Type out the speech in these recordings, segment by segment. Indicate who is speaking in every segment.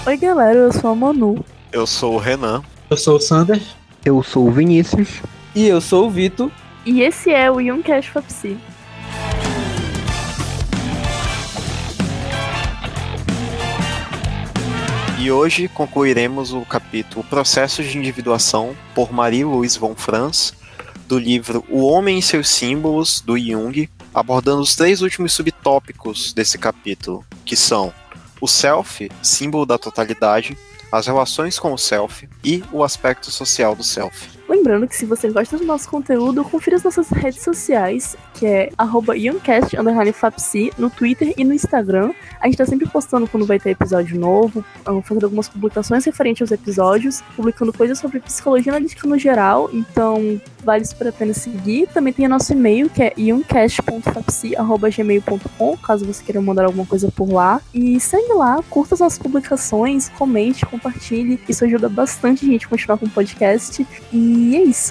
Speaker 1: Oi galera, eu sou a Manu.
Speaker 2: Eu sou o Renan.
Speaker 3: Eu sou o Sander.
Speaker 4: Eu sou o Vinícius.
Speaker 5: E eu sou o Vitor.
Speaker 1: E esse é o Youngcast FAPC.
Speaker 2: E hoje concluiremos o capítulo Processos de Individuação por Marie-Louise von Franz, do livro O Homem e seus Símbolos, do Jung, abordando os 3 últimos subtópicos desse capítulo, que são o self, símbolo da totalidade, as relações com o self e o aspecto social do self.
Speaker 1: Lembrando que se você gosta do nosso conteúdo, confira as nossas redes sociais, que é @youngcast_fapc no Twitter e no Instagram. A gente tá sempre postando quando vai ter episódio novo, fazendo algumas publicações referentes aos episódios, publicando coisas sobre psicologia analítica no geral, então vale super a pena seguir. Também tem o nosso e-mail, que é youngcast.fapc@gmail.com, caso você queira mandar alguma coisa por lá. E segue lá, curta as nossas publicações, comente, compartilhe, isso ajuda bastante a gente a continuar com o podcast. E é isso.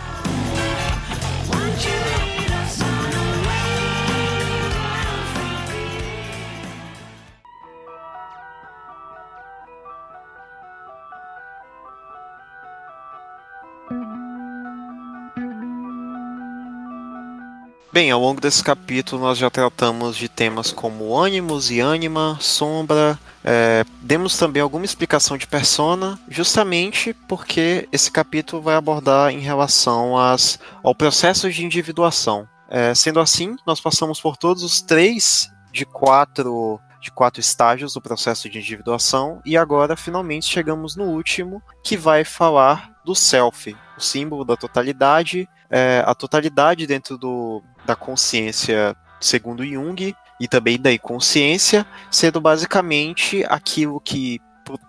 Speaker 2: Bem, ao longo desse capítulo nós já tratamos de temas como ânimos e ânima, sombra, demos também alguma explicação de persona, justamente porque esse capítulo vai abordar em relação ao processo de individuação. Sendo assim, nós passamos por todos os 3 de 4 estágios do processo de individuação e agora finalmente chegamos no último, que vai falar do self, o símbolo da totalidade, a totalidade dentro da consciência segundo Jung e também da inconsciência, sendo basicamente aquilo que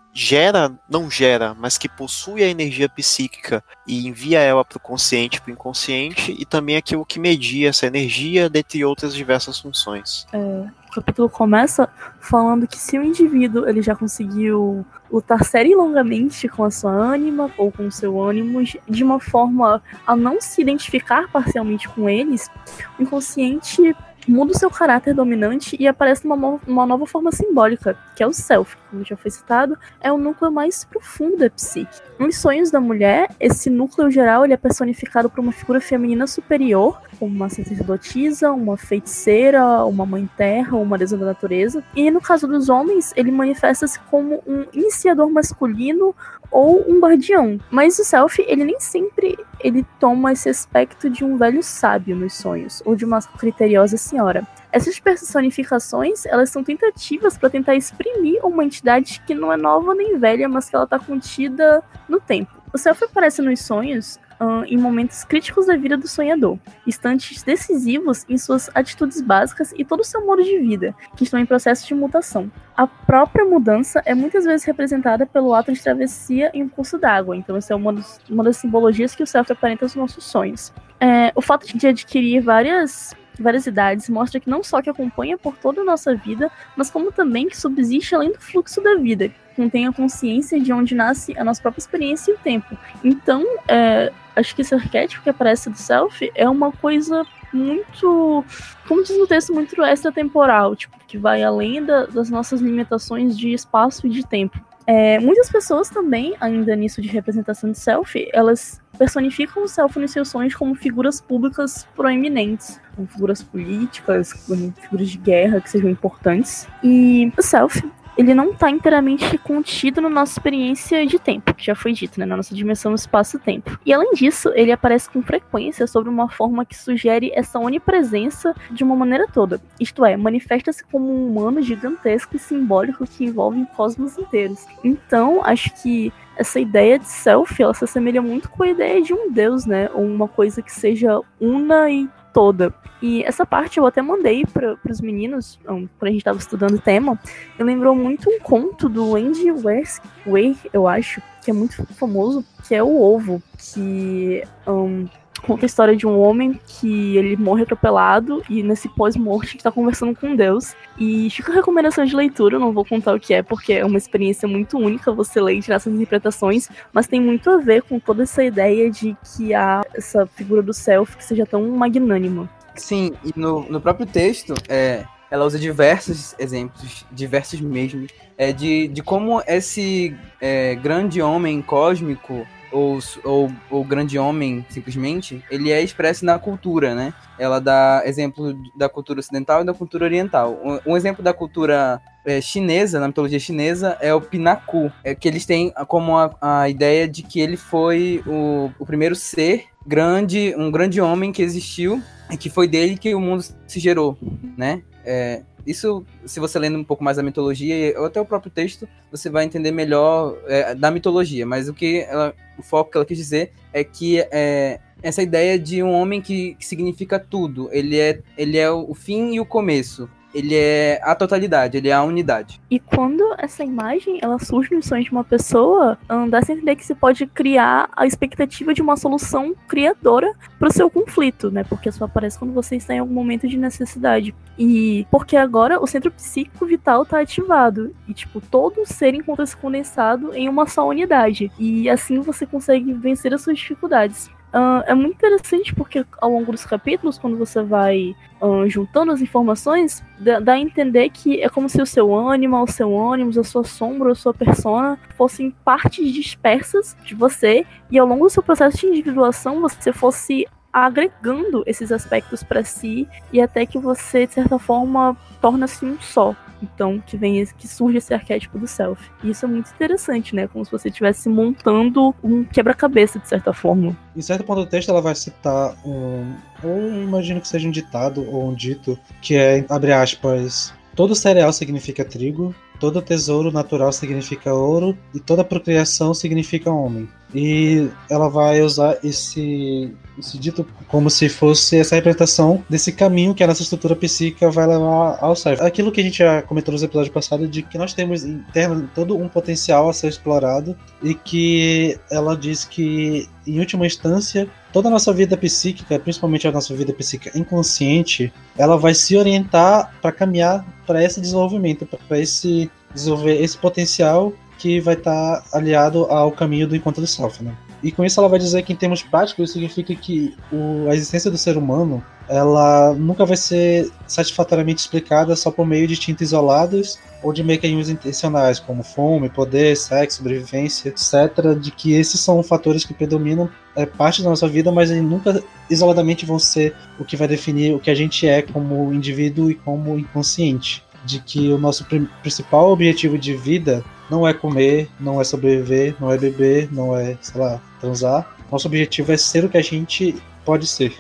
Speaker 2: não gera, mas que possui a energia psíquica e envia ela para o consciente, para o inconsciente, e também aquilo que media essa energia, dentre outras diversas funções.
Speaker 1: O capítulo começa falando que se o indivíduo ele já conseguiu lutar séria e longamente com a sua ânima ou com o seu ânimo, de uma forma a não se identificar parcialmente com eles, o inconsciente muda o seu caráter dominante e aparece uma nova forma simbólica, que é o self, como já foi citado, é o núcleo mais profundo da psique. Nos sonhos da mulher, esse núcleo geral ele é personificado por uma figura feminina superior, como uma sacerdotisa, uma feiticeira, uma mãe terra, uma deusa da natureza. E no caso dos homens, ele manifesta-se como um iniciador masculino ou um guardião. Mas o self, ele nem sempre ele toma esse aspecto de um velho sábio nos sonhos, ou de uma criteriosa senhora. Essas personificações, elas são tentativas para tentar exprimir uma entidade que não é nova nem velha, mas que ela está contida no tempo. O self aparece nos sonhos em momentos críticos da vida do sonhador, instantes decisivos em suas atitudes básicas e todo o seu modo de vida, que estão em processo de mutação. A própria mudança é muitas vezes representada pelo ato de travessia em um curso d'água, então essa é uma das simbologias que o self aparenta nos nossos sonhos. O fato de adquirir várias idades mostra que não só que acompanha por toda a nossa vida, mas como também que subsiste além do fluxo da vida, que contém a consciência de onde nasce a nossa própria experiência e o tempo. Então, acho que esse arquétipo que aparece do self é uma coisa muito, como diz no texto, muito extratemporal, tipo, que vai além das nossas limitações de espaço e de tempo. Muitas pessoas também, ainda nisso de representação de self, elas personificam o self nos seus sonhos como figuras públicas proeminentes, como figuras políticas, como figuras de guerra que sejam importantes. E o self, ele não está inteiramente contido na nossa experiência de tempo, que já foi dito, né, na nossa dimensão espaço-tempo. E além disso, ele aparece com frequência sobre uma forma que sugere essa onipresença de uma maneira toda. Isto é, manifesta-se como um humano gigantesco e simbólico que envolve cosmos inteiros. Então, acho que essa ideia de self, ela se assemelha muito com a ideia de um deus, né, ou uma coisa que seja una e toda. E essa parte eu até mandei para os meninos, quando a gente estava estudando o tema, e lembrou muito um conto do Andy Weir, eu acho, que é muito famoso, que é O Ovo, que conta a história de um homem que ele morre atropelado e nesse pós-morte está conversando com Deus. E fica a recomendação de leitura, eu não vou contar o que é, porque é uma experiência muito única você ler e tirar essas interpretações, mas tem muito a ver com toda essa ideia de que há essa figura do self que seja tão magnânima.
Speaker 5: Sim, e no próprio texto,
Speaker 3: ela usa diversos exemplos, diversos mesmo, de como esse grande homem cósmico, ou grande homem, simplesmente, ele é expresso na cultura, né? Ela dá exemplo da cultura ocidental e da cultura oriental. Um exemplo da cultura chinesa, na mitologia chinesa, é o Pinaku, que eles têm como a ideia de que ele foi o primeiro ser grande, um grande homem que existiu, e que foi dele que o mundo se gerou, né? Isso, se você lendo um pouco mais da mitologia, ou até o próprio texto, você vai entender melhor da mitologia, mas o foco que ela quis dizer é que essa ideia de um homem que significa tudo, ele é o fim e o começo, ele é a totalidade, ele é a unidade.
Speaker 1: E quando essa imagem ela surge nos sonhos de uma pessoa, dá-se a entender que se pode criar a expectativa de uma solução criadora para o seu conflito, né? Porque só aparece quando você está em algum momento de necessidade. E porque agora o centro psíquico vital está ativado. E, tipo, todo ser encontra-se condensado em uma só unidade. E assim você consegue vencer as suas dificuldades. É muito interessante porque ao longo dos capítulos, quando você vai juntando as informações, dá a entender que é como se o seu ânima, o seu ânimos, a sua sombra, a sua persona fossem partes dispersas de você, e ao longo do seu processo de individuação você fosse agregando esses aspectos para si, e até que você, de certa forma, torna-se um só. Então, que surge esse arquétipo do self. E isso é muito interessante, né? Como se você estivesse montando um quebra-cabeça, de certa forma.
Speaker 5: Em certo ponto do texto, ela vai citar eu imagino que seja um ditado ou um dito, que é, abre aspas, todo cereal significa trigo, todo tesouro natural significa ouro, e toda procriação significa homem. E ela vai usar esse dito como se fosse essa representação desse caminho que a nossa estrutura psíquica vai levar ao self. Aquilo que a gente já comentou nos episódios passados, de que nós temos interno todo um potencial a ser explorado, e que ela diz que, em última instância, toda a nossa vida psíquica, principalmente a nossa vida psíquica inconsciente, ela vai se orientar para caminhar para esse desenvolvimento, para desenvolver esse potencial que vai estar aliado ao caminho do encontro do self, né? E com isso ela vai dizer que, em termos práticos, isso significa que a existência do ser humano, ela nunca vai ser satisfatoriamente explicada só por meio de instintos isolados ou de mecanismos intencionais, como fome, poder, sexo, sobrevivência, etc., de que esses são fatores que predominam parte da nossa vida, mas eles nunca isoladamente vão ser o que vai definir o que a gente é como indivíduo e como inconsciente. De que o nosso principal objetivo de vida não é comer, não é sobreviver, não é beber, não é, sei lá, transar. Nosso objetivo é ser o que a gente pode ser.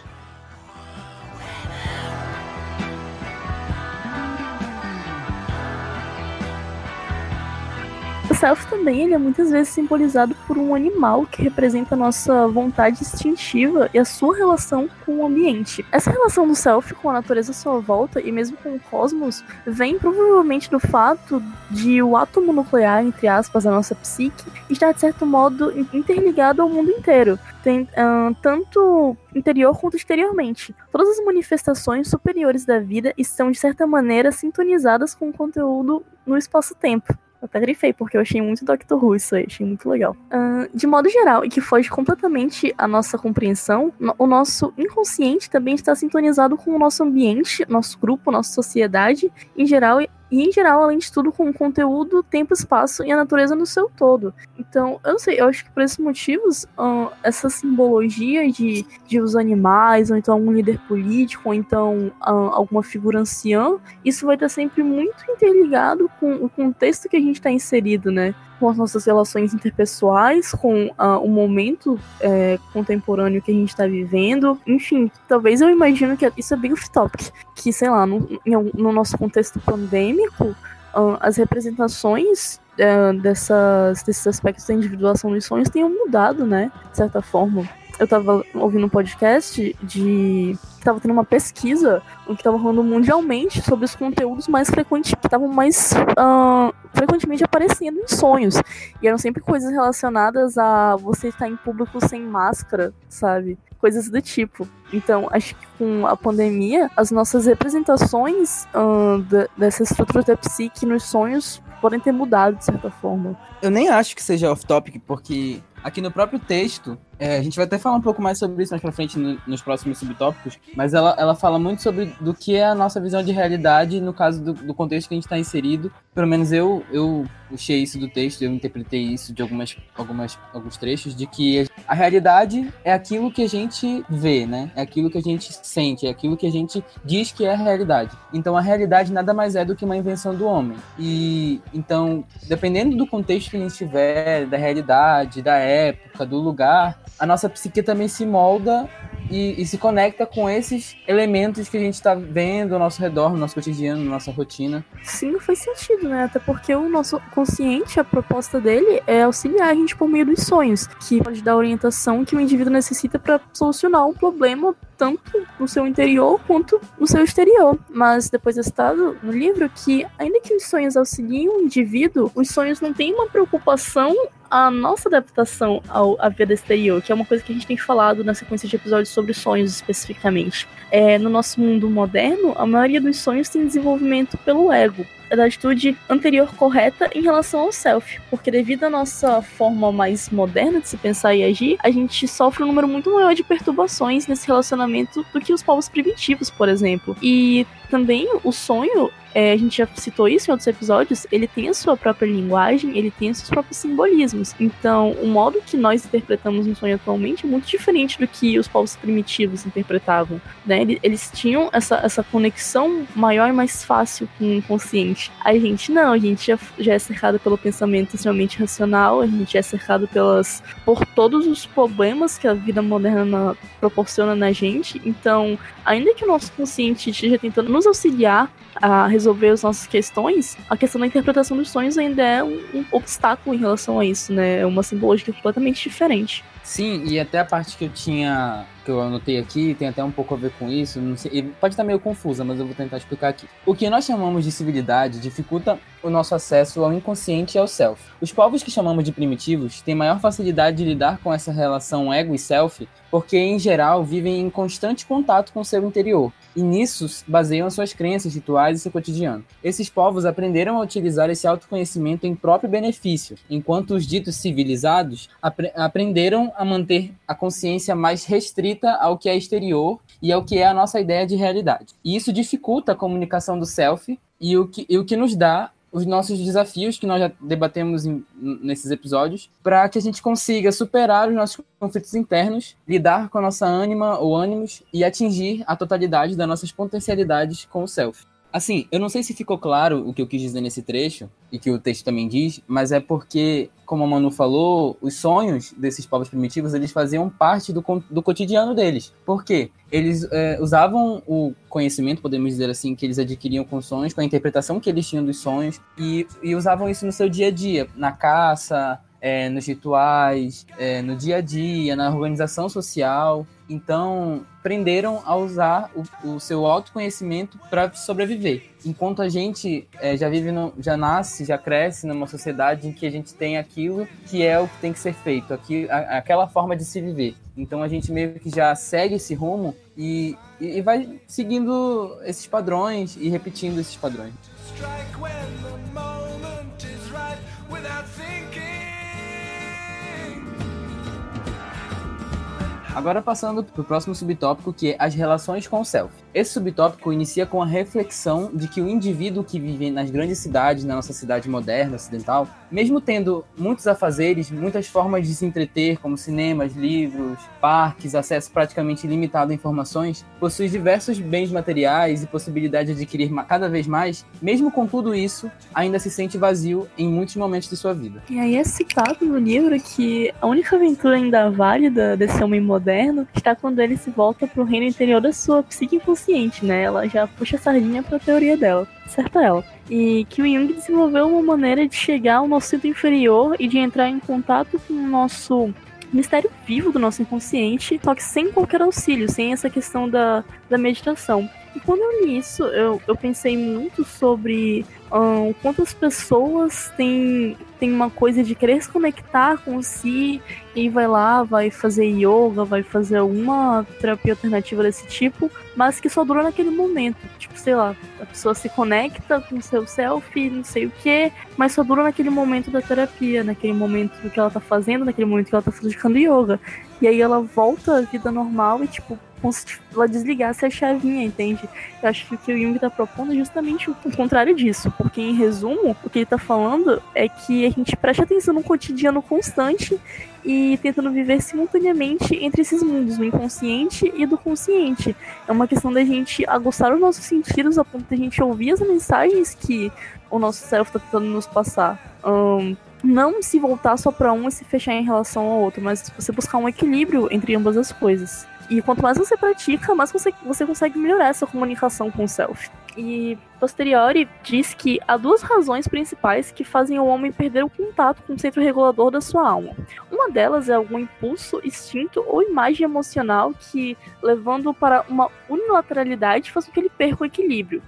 Speaker 1: O self também ele é muitas vezes simbolizado por um animal que representa a nossa vontade instintiva e a sua relação com o ambiente. Essa relação do self com a natureza à sua volta e mesmo com o cosmos vem provavelmente do fato de o átomo nuclear, entre aspas, da nossa psique, estar de certo modo interligado ao mundo inteiro, tanto interior quanto exteriormente. Todas as manifestações superiores da vida estão de certa maneira sintonizadas com o conteúdo no espaço-tempo. Eu até grifei, porque eu achei muito Doctor Who isso aí, achei muito legal. De modo geral, e que foge completamente a nossa compreensão, o nosso inconsciente também está sintonizado com o nosso ambiente, nosso grupo, nossa sociedade, em geral, além de tudo, com o conteúdo, tempo, espaço e a natureza no seu todo. Então, eu não sei, eu acho que por esses motivos, essa simbologia de os animais, ou então algum líder político, ou então alguma figura anciã, isso vai estar sempre muito interligado com o contexto que a gente está inserido, né? Com as nossas relações interpessoais, com o momento contemporâneo que a gente está vivendo. Enfim, talvez eu imagino que isso é bem off-topic, que, sei lá, no nosso contexto pandêmico, as representações desses aspectos da individuação dos sonhos tenham mudado, né? De certa forma. Eu tava ouvindo um podcast que tava tendo uma pesquisa que tava rolando mundialmente sobre os conteúdos mais frequentes, que estavam mais frequentemente aparecendo em sonhos. E eram sempre coisas relacionadas a você estar em público sem máscara, sabe? Coisas do tipo. Então, acho que com a pandemia, as nossas representações dessa estrutura da psique nos sonhos podem ter mudado, de certa forma.
Speaker 3: Eu nem acho que seja off-topic, porque aqui no próprio texto, A gente vai até falar um pouco mais sobre isso mais pra frente nos próximos subtópicos, mas ela fala muito sobre do que é a nossa visão de realidade no caso do contexto que a gente está inserido. Pelo menos eu puxei isso do texto, eu interpretei isso de alguns trechos, de que a realidade é aquilo que a gente vê, né? É aquilo que a gente sente, é aquilo que a gente diz que é a realidade. Então a realidade nada mais é do que uma invenção do homem. E então, dependendo do contexto que a gente tiver, da realidade, da época, do lugar, a nossa psique também se molda e se conecta com esses elementos que a gente está vendo ao nosso redor, no nosso cotidiano, na nossa rotina.
Speaker 1: Sim, faz sentido, né? Até porque o nosso consciente, a proposta dele é auxiliar a gente por meio dos sonhos, que pode dar a orientação que o indivíduo necessita para solucionar um problema tanto no seu interior quanto no seu exterior. Mas depois é citado no livro que, ainda que os sonhos auxiliem o indivíduo, os sonhos não têm uma preocupação a nossa adaptação à vida exterior, que é uma coisa que a gente tem falado na sequência de episódios sobre sonhos especificamente. No nosso mundo moderno, a maioria dos sonhos tem desenvolvimento pelo ego, da atitude anterior correta em relação ao self, porque devido à nossa forma mais moderna de se pensar e agir, a gente sofre um número muito maior de perturbações nesse relacionamento do que os povos primitivos, por exemplo. E também o sonho, a gente já citou isso em outros episódios, ele tem a sua própria linguagem, ele tem os seus próprios simbolismos. Então, o modo que nós interpretamos um sonho atualmente é muito diferente do que os povos primitivos interpretavam, né? Eles tinham essa conexão maior e mais fácil com o inconsciente. A gente não, a gente já é cercado pelo pensamento extremamente racional, a gente é cercado por todos os problemas que a vida moderna proporciona na gente. Então, ainda que o nosso consciente esteja tentando nos auxiliar a resolver as nossas questões, a questão da interpretação dos sonhos ainda é um obstáculo em relação a isso, né? É uma simbologia completamente diferente.
Speaker 3: Sim, e até a parte que eu anotei aqui, tem até um pouco a ver com isso, não sei, pode estar meio confusa, mas eu vou tentar explicar aqui. O que nós chamamos de civilidade dificulta o nosso acesso ao inconsciente e ao self. Os povos que chamamos de primitivos têm maior facilidade de lidar com essa relação ego e self, porque, em geral, vivem em constante contato com o seu interior, e nisso baseiam suas crenças, rituais e seu cotidiano. Esses povos aprenderam a utilizar esse autoconhecimento em próprio benefício, enquanto os ditos civilizados aprenderam a manter a consciência mais restrita ao que é exterior e ao que é a nossa ideia de realidade. E isso dificulta a comunicação do self e o que nos dá os nossos desafios, que nós já debatemos nesses episódios, para que a gente consiga superar os nossos conflitos internos, lidar com a nossa ânima ou ânimos e atingir a totalidade das nossas potencialidades com o self. Assim, eu não sei se ficou claro o que eu quis dizer nesse trecho, e que o texto também diz, mas é porque, como a Manu falou, os sonhos desses povos primitivos, eles faziam parte do cotidiano deles. Por quê? Eles usavam o conhecimento, podemos dizer assim, que eles adquiriam com sonhos, com a interpretação que eles tinham dos sonhos, e usavam isso no seu dia a dia, na caça, nos rituais, no dia a dia, na organização social. Então, aprenderam a usar o seu autoconhecimento para sobreviver. Enquanto a gente já nasce, já cresce numa sociedade em que a gente tem aquilo que é o que tem que ser feito, aquela forma de se viver. Então a gente meio que já segue esse rumo e vai seguindo esses padrões e repetindo esses padrões. Strike when the moment is right, without thinking. Agora passando para o próximo subtópico, que é as relações com o self. Esse subtópico inicia com a reflexão de que o indivíduo que vive nas grandes cidades, na nossa cidade moderna, ocidental, mesmo tendo muitos afazeres, muitas formas de se entreter, como cinemas, livros, parques, acesso praticamente ilimitado a informações, possui diversos bens materiais e possibilidade de adquirir cada vez mais, mesmo com tudo isso, ainda se sente vazio em muitos momentos de sua vida.
Speaker 1: E aí é citado no livro que a única aventura ainda válida desse homem moderno está quando ele se volta para o reino interior da sua psique inconsciente, né? Ela já puxa a sardinha para a teoria dela, certa ela. E que o Jung desenvolveu uma maneira de chegar ao nosso centro inferior e de entrar em contato com o nosso mistério vivo do nosso inconsciente, só que sem qualquer auxílio, sem essa questão da meditação. E quando eu li isso, eu pensei muito sobre quantas pessoas têm uma coisa de querer se conectar com si e vai lá, vai fazer yoga, vai fazer alguma terapia alternativa desse tipo, mas que só dura naquele momento. Tipo, sei lá, a pessoa se conecta com o seu self, não sei o que, mas só dura naquele momento da terapia, naquele momento que ela tá fazendo, naquele momento que ela tá praticando yoga. e aí ela volta à vida normal e, tipo, como se ela desligasse a chavinha, entende? Eu acho que o que o Jung tá propondo é justamente o contrário disso, porque, em resumo, o que ele tá falando é que a gente preste atenção no cotidiano constante e tentando viver simultaneamente entre esses mundos, do inconsciente e do consciente. É uma questão da gente aguçar os nossos sentidos a ponto de a gente ouvir as mensagens que o nosso self tá tentando nos passar. Não se voltar só para um e se fechar em relação ao outro, mas você buscar um equilíbrio entre ambas as coisas. E quanto mais você pratica, mais você consegue melhorar essa comunicação com o self. E posteriori diz que há duas razões principais que fazem o homem perder o contato com o centro regulador da sua alma. Uma delas é algum impulso, instinto ou imagem emocional que, levando para uma unilateralidade, faz com que ele perca o equilíbrio.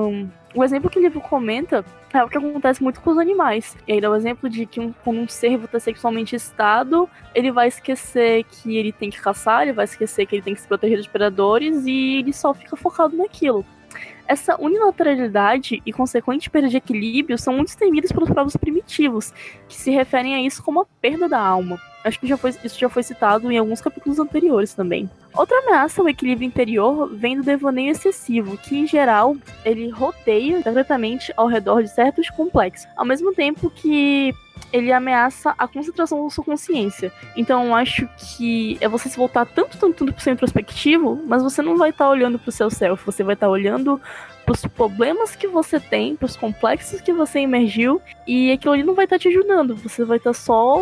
Speaker 1: O exemplo que o livro comenta é o que acontece muito com os animais. E aí dá o exemplo de que quando um cervo está sexualmente excitado, ele vai esquecer que ele tem que caçar, ele vai esquecer que ele tem que se proteger dos predadores e ele só fica focado naquilo. Essa unilateralidade e consequente perda de equilíbrio são muito temidas pelos povos primitivos, que se referem a isso como a perda da alma. Acho que isso já foi citado em alguns capítulos anteriores também. Outra ameaça ao equilíbrio interior vem do devaneio excessivo, que em geral ele rodeia secretamente ao redor de certos complexos, ao mesmo tempo que ele ameaça a concentração da sua consciência. Então eu acho que é você se voltar tanto pro seu introspectivo, mas você não vai estar olhando pro seu self, você vai estar olhando pros problemas que você tem, pros complexos que você emergiu, e aquilo ali não vai estar te ajudando, você vai estar só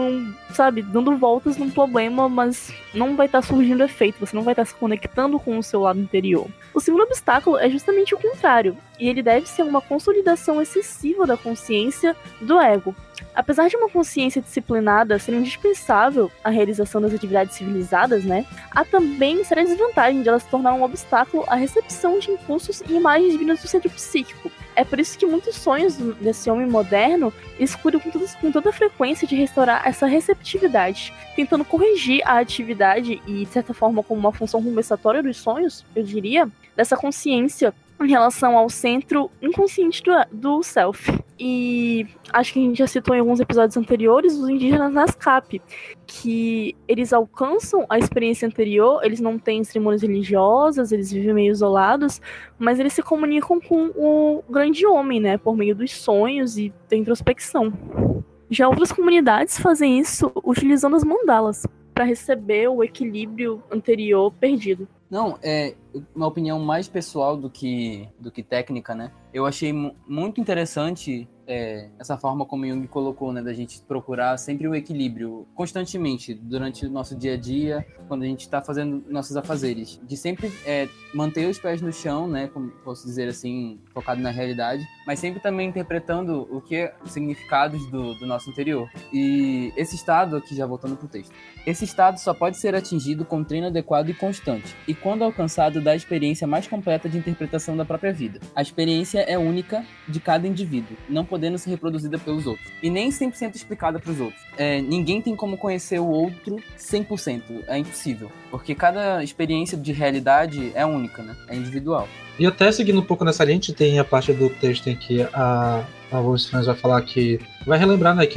Speaker 1: dando voltas num problema, mas não vai estar surgindo efeito, você não vai estar se conectando com o seu lado interior. O segundo obstáculo é justamente o contrário, e ele deve ser uma consolidação excessiva da consciência do ego. Apesar de uma consciência disciplinada ser indispensável à realização das atividades civilizadas, há também séria desvantagem de ela se tornar um obstáculo à recepção de impulsos e imagens vindas do centro psíquico. É por isso que muitos sonhos desse homem moderno escuram com toda a frequência de restaurar essa receptividade, tentando corrigir a atividade e, de certa forma, como uma função compensatória dos sonhos, eu diria, dessa consciência em relação ao centro inconsciente do self. E acho que a gente já citou em alguns episódios anteriores os indígenas Nazcap, que eles alcançam a experiência anterior, eles não têm cerimônias religiosas, eles vivem meio isolados, mas eles se comunicam com o grande homem, por meio dos sonhos e da introspecção. Já outras comunidades fazem isso utilizando as mandalas para receber o equilíbrio anterior perdido.
Speaker 3: Não, é uma opinião mais pessoal do que técnica, Eu achei muito interessante essa forma como Jung colocou, da gente procurar sempre o equilíbrio constantemente durante o nosso dia a dia, quando a gente está fazendo nossos afazeres, de sempre manter os pés no chão, como posso dizer assim, focado na realidade, mas sempre também interpretando o que é os significados do nosso interior. E esse estado, aqui já voltando pro texto, esse estado só pode ser atingido com treino adequado e constante, e quando alcançado dá a experiência mais completa de interpretação da própria vida. A experiência é única de cada indivíduo, não podendo ser reproduzida pelos outros, e nem 100% explicada para os outros. Ninguém tem como conhecer o outro 100%, é impossível, porque cada experiência de realidade é única, é individual.
Speaker 5: E até seguindo um pouco nessa linha, a gente tem a parte do texto em que a Wolfgang vai falar que vai relembrar, que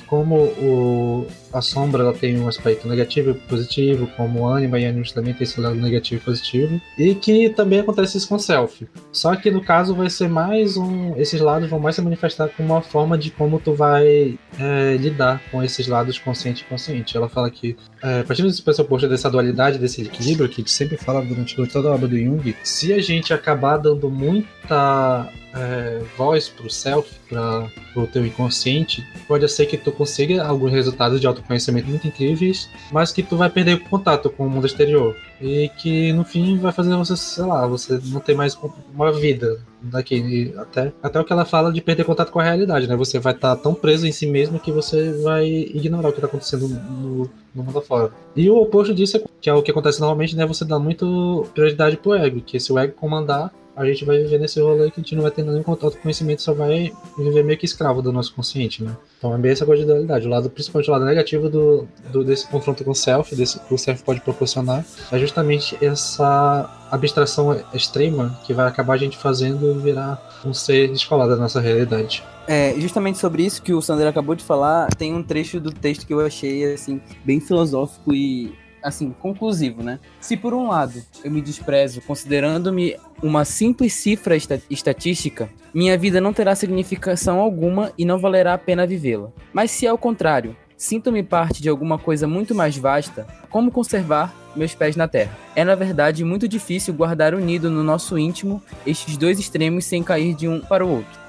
Speaker 5: como a sombra ela tem um aspecto negativo e positivo, como o ânima e ânimos também tem esse lado negativo e positivo, e que também acontece isso com o self. Só que no caso vai ser esses lados vão mais se manifestar como uma forma de como tu vai lidar com esses lados consciente e inconsciente. Ela fala que, a partir desse pressuposto dessa dualidade, desse equilíbrio, que a gente sempre fala durante toda a obra do Jung, se a gente acabar dando muita voz pro self, pro teu inconsciente, pode ser que tu consiga alguns resultados de autoconhecimento muito incríveis, mas que tu vai perder o contato com o mundo exterior. E que no fim vai fazer você, você não ter mais uma vida daqui. Até o que ela fala de perder contato com a realidade, Você vai estar tão preso em si mesmo que você vai ignorar o que está acontecendo no mundo afora. E o oposto disso, que é o que acontece normalmente, Você dá muito prioridade pro ego, que se o ego comandar, a gente vai viver nesse rolê que a gente não vai ter nenhum contato com conhecimento, só vai viver meio que escravo do nosso consciente, Então é bem essa coisa de dualidade. Principalmente o lado negativo desse confronto com o self, que o self pode proporcionar, é justamente essa abstração extrema que vai acabar a gente fazendo virar um ser descolado da nossa realidade.
Speaker 3: Justamente sobre isso que o Sandro acabou de falar, tem um trecho do texto que eu achei, assim, bem filosófico e, assim, conclusivo, né? Se por um lado eu me desprezo considerando-me uma simples cifra estatística, minha vida não terá significação alguma e não valerá a pena vivê-la. Mas se ao contrário, sinto-me parte de alguma coisa muito mais vasta, como conservar meus pés na terra? É, na verdade, muito difícil guardar unido no nosso íntimo estes dois extremos sem cair de um para o outro.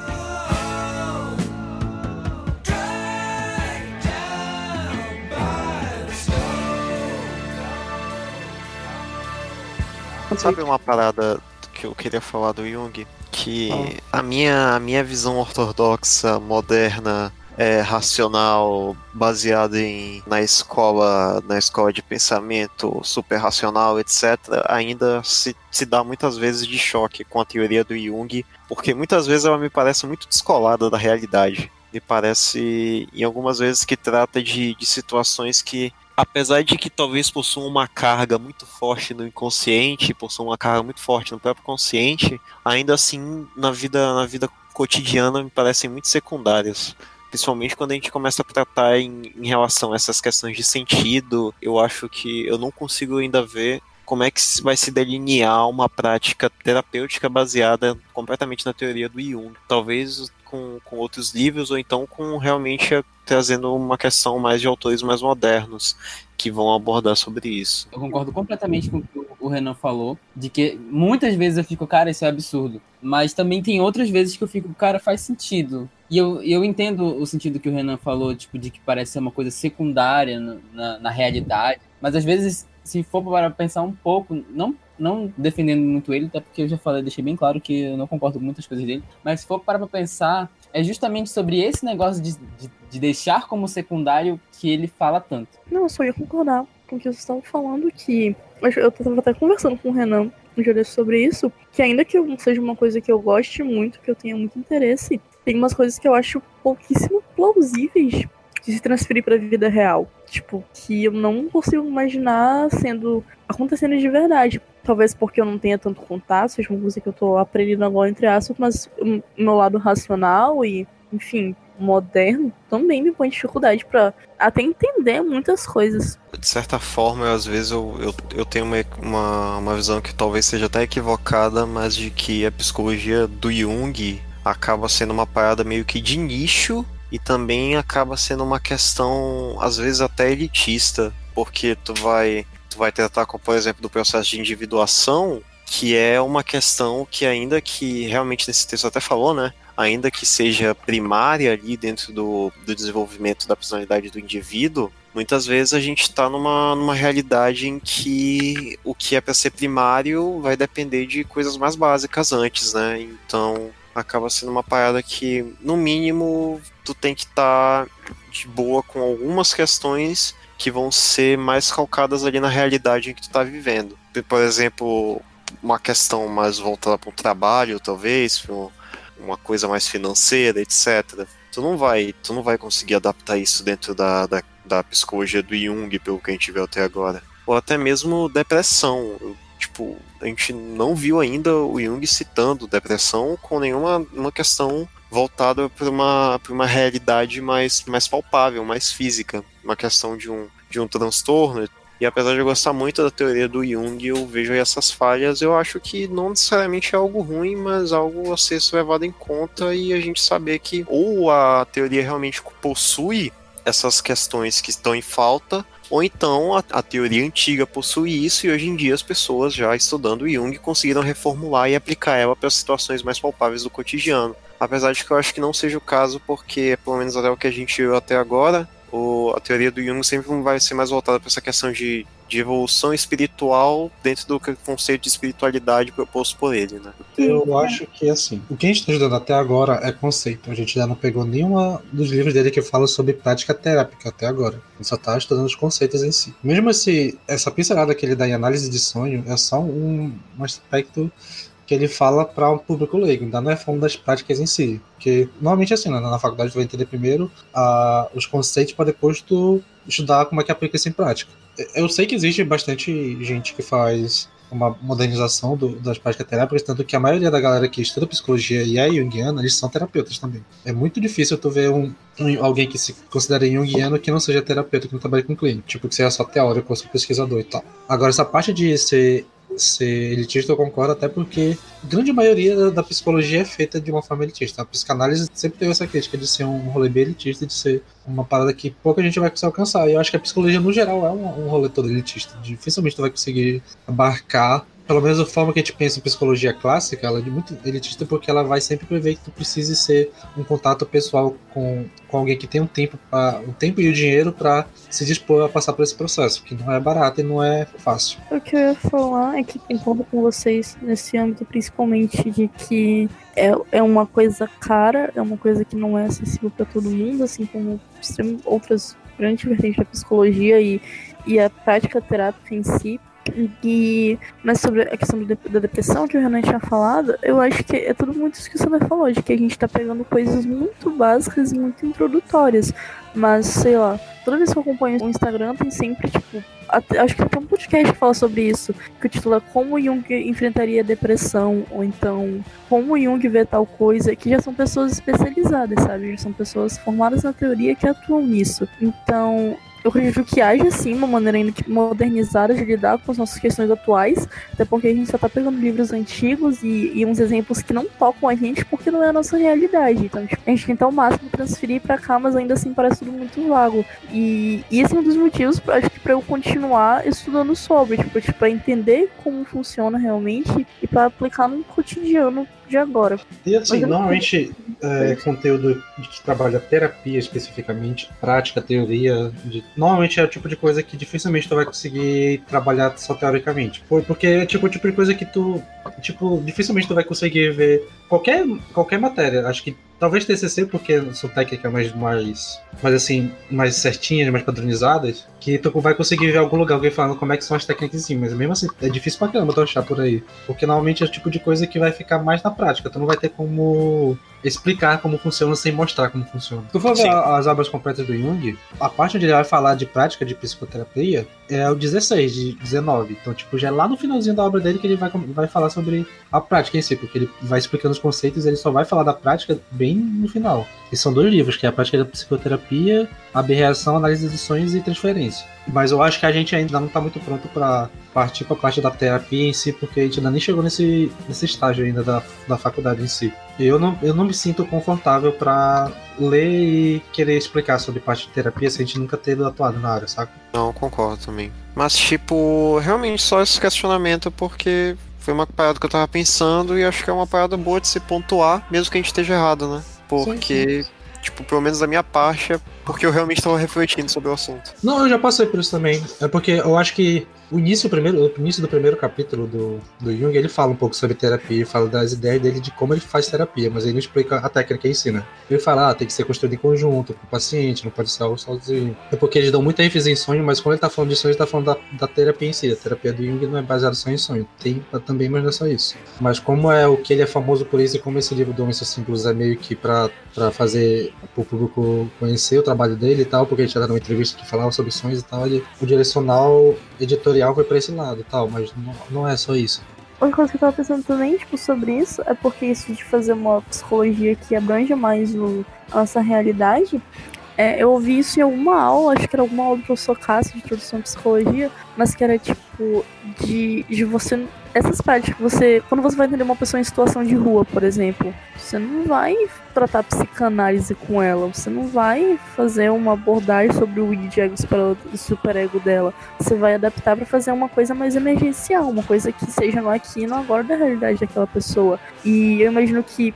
Speaker 2: Sabe uma parada que eu queria falar do Jung? Que a minha visão ortodoxa, moderna, racional, baseada na escola de pensamento super racional, etc., ainda se dá muitas vezes de choque com a teoria do Jung, porque muitas vezes ela me parece muito descolada da realidade. Me parece, em algumas vezes, que trata de situações que, apesar de que talvez possuam uma carga muito forte no inconsciente, possuam uma carga muito forte no próprio consciente, ainda assim, na vida cotidiana, me parecem muito secundárias. Principalmente quando a gente começa a tratar em relação a essas questões de sentido, eu acho que eu não consigo ainda ver como é que vai se delinear uma prática terapêutica baseada completamente na teoria do Jung. Talvez com outros livros, ou então com realmente trazendo uma questão mais de autores mais modernos que vão abordar sobre isso.
Speaker 3: Eu concordo completamente com o que o Renan falou, de que muitas vezes eu fico, cara, isso é absurdo. Mas também tem outras vezes que eu fico, cara, faz sentido. E eu entendo o sentido que o Renan falou, tipo, de que parece ser uma coisa secundária na realidade. Mas às vezes, se for para pensar um pouco, não defendendo muito ele, até porque eu já falei, deixei bem claro que eu não concordo com muitas coisas dele, mas se for para pensar, é justamente sobre esse negócio de deixar como secundário que ele fala tanto.
Speaker 1: Não, eu só ia concordar com o que vocês estavam falando, que eu estava até conversando com o Renan um dia desse sobre isso, que ainda que seja uma coisa que eu goste muito, que eu tenha muito interesse, tem umas coisas que eu acho pouquíssimo plausíveis de se transferir para a vida real. Tipo, que eu não consigo imaginar acontecendo de verdade. Talvez porque eu não tenha tanto contato, seja uma coisa que eu tô aprendendo agora, entre aspas, mas o meu lado racional e, enfim, moderno também me põe dificuldade para até entender muitas coisas.
Speaker 2: De certa forma, às vezes eu tenho uma visão que talvez seja até equivocada, mas de que a psicologia do Jung acaba sendo uma parada meio que de nicho e também acaba sendo uma questão, às vezes, até elitista, porque tu vai tratar, como, por exemplo, do processo de individuação, que é uma questão que, ainda que realmente nesse texto até falou, né? Ainda que seja primária ali dentro do desenvolvimento da personalidade do indivíduo, muitas vezes a gente está numa realidade em que o que é para ser primário vai depender de coisas mais básicas antes, né? Então acaba sendo uma parada que, no mínimo, tu tem que estar de boa com algumas questões que vão ser mais calcadas ali na realidade em que tu tá vivendo. Por exemplo, uma questão mais voltada para um trabalho, talvez, uma coisa mais financeira, etc. Tu não vai conseguir adaptar isso dentro da psicologia do Jung, pelo que a gente viu até agora. Ou até mesmo depressão. Tipo, a gente não viu ainda o Jung citando depressão com nenhuma questão voltada para uma realidade mais palpável, mais física. Uma questão de um transtorno. E apesar de eu gostar muito da teoria do Jung, eu vejo aí essas falhas. Eu acho que não necessariamente é algo ruim, mas algo a ser levado em conta, e a gente saber que ou a teoria realmente possui essas questões que estão em falta, ou então a teoria antiga possui isso, e hoje em dia as pessoas já estudando Jung conseguiram reformular e aplicar ela para situações mais palpáveis do cotidiano. Apesar de que eu acho que não seja o caso, porque, pelo menos até o que a gente viu até agora, a teoria do Jung sempre vai ser mais voltada para essa questão de evolução espiritual dentro do conceito de espiritualidade proposto por ele, né?
Speaker 5: Eu acho que, assim, o que a gente está estudando até agora é conceito. A gente ainda não pegou nenhuma dos livros dele que fala sobre prática terápica até agora. A gente só está estudando os conceitos em si. Mesmo essa pincelada que ele dá em análise de sonho é só um aspecto que ele fala para um público leigo, ainda não é falando das práticas em si. Porque, normalmente, assim, na faculdade tu vai entender primeiro os conceitos para depois tu estudar como é que aplica isso em prática. Eu sei que existe bastante gente que faz uma modernização das práticas terapêuticas, tanto que a maioria da galera que estuda psicologia e é junguiana, eles são terapeutas também. É muito difícil tu ver alguém que se considera junguiano que não seja terapeuta, que não trabalhe com clínico, tipo, que seja só teórico ou só pesquisador e tal. Agora, essa parte de ser elitista eu concordo, até porque a grande maioria da psicologia é feita de uma forma elitista. A psicanálise sempre teve essa crítica de ser um rolê bem elitista, de ser uma parada que pouca gente vai conseguir alcançar. E eu acho que a psicologia, no geral, é um rolê todo elitista. Dificilmente tu vai conseguir abarcar, pelo menos a forma que a gente pensa em psicologia clássica, ela é muito elitista porque ela vai sempre prever que tu precise ser um contato pessoal com alguém que tem o tempo e o dinheiro para se dispor a passar por esse processo, que não é barato e não é fácil.
Speaker 1: O que eu ia falar é que concordo com vocês nesse âmbito, principalmente de que é uma coisa cara, é uma coisa que não é acessível para todo mundo, assim como outras grandes vertentes da psicologia e a prática terápica em si. Mas sobre a questão da depressão que o Renan tinha falado, eu acho que é tudo muito isso que o Sander falou, de que a gente tá pegando coisas muito básicas e muito introdutórias. Mas, sei lá, toda vez que eu acompanho o Instagram tem sempre, tipo, acho que tem um podcast que fala sobre isso, que o título é Como Jung Enfrentaria a Depressão, ou então Como Jung Vê Tal Coisa, que já são pessoas especializadas, sabe? Já são pessoas formadas na teoria que atuam nisso. Então, eu acredito que haja sim uma maneira ainda modernizada de lidar com as nossas questões atuais, até porque a gente só tá pegando livros antigos e uns exemplos que não tocam a gente porque não é a nossa realidade. Então, tipo, a gente tenta ao máximo transferir pra cá, mas ainda assim parece tudo muito vago. E esse é um dos motivos, acho que pra eu continuar estudando sobre, tipo, pra entender como funciona realmente e pra aplicar no cotidiano de agora.
Speaker 5: E assim, normalmente conteúdo que trabalha terapia especificamente, prática, teoria, normalmente é o tipo de coisa que dificilmente tu vai conseguir trabalhar só teoricamente. Porque é tipo o tipo de coisa que tu, dificilmente tu vai conseguir ver qualquer matéria. Acho que talvez TCC, porque são técnicas mais certinhas, mais padronizadas, que tu vai conseguir ver em algum lugar alguém falando como é que são as técnicas em si, mas mesmo assim é difícil pra caramba tu achar por aí, porque normalmente é o tipo de coisa que vai ficar mais na prática, tu não vai ter como explicar como funciona sem mostrar como funciona. Se tu for ver as obras completas do Jung, a parte onde ele vai falar de prática de psicoterapia é o 16, de 19, então tipo, já é lá no finalzinho da obra dele que ele vai falar sobre a prática em si, porque ele vai explicando os conceitos e ele só vai falar da prática bem no final. E são 2 livros, que é a prática da psicoterapia, aberração, análise de sonhos e transferência. Mas eu acho que a gente ainda não está muito pronto para partir para a parte da terapia em si, porque a gente ainda nem chegou nesse estágio ainda da faculdade em si. E eu não me sinto confortável para ler e querer explicar sobre parte de terapia se a gente nunca ter atuado na área, saca?
Speaker 2: Não, concordo também. Mas, tipo, realmente só esse questionamento porque foi uma parada que eu tava pensando e acho que é uma parada boa de se pontuar, mesmo que a gente esteja errado, né? Porque, sim. Tipo, pelo menos da minha parte, é porque eu realmente estava refletindo sobre o assunto.
Speaker 5: Não, eu já passei por isso também. É porque eu acho que o início do primeiro capítulo do Jung, ele fala um pouco sobre terapia, fala das ideias dele de como ele faz terapia, mas ele não explica a técnica em si, né? Ele fala, tem que ser construído em conjunto com o paciente, não pode ser algo sozinho. É porque eles dão muita ênfase em sonho, mas quando ele tá falando de sonho, ele tá falando da terapia em si. A terapia do Jung não é baseada só em sonho. Tem também, mas não é só isso. Mas como é o que ele é famoso por isso, e como esse livro Doenças Simples é meio que pra fazer o público conhecer o trabalho dele e tal, porque a gente já deu uma entrevista que falava sobre sonhos e tal, o direcional editorial foi pra esse lado e tal, mas não é só isso.
Speaker 1: Outra coisa que eu tava pensando também, tipo, sobre isso, é porque isso de fazer uma psicologia que abrange mais a nossa realidade, eu ouvi isso em alguma aula, acho que era alguma aula do professor Cássio de introdução à psicologia, mas que era tipo, de você... Essas partes que quando você vai entender uma pessoa em situação de rua, por exemplo, você não vai tratar psicanálise com ela, você não vai fazer uma abordagem sobre o id, o superego dela, você vai adaptar para fazer uma coisa mais emergencial, uma coisa que seja no aqui e no agora da realidade daquela pessoa. E eu imagino que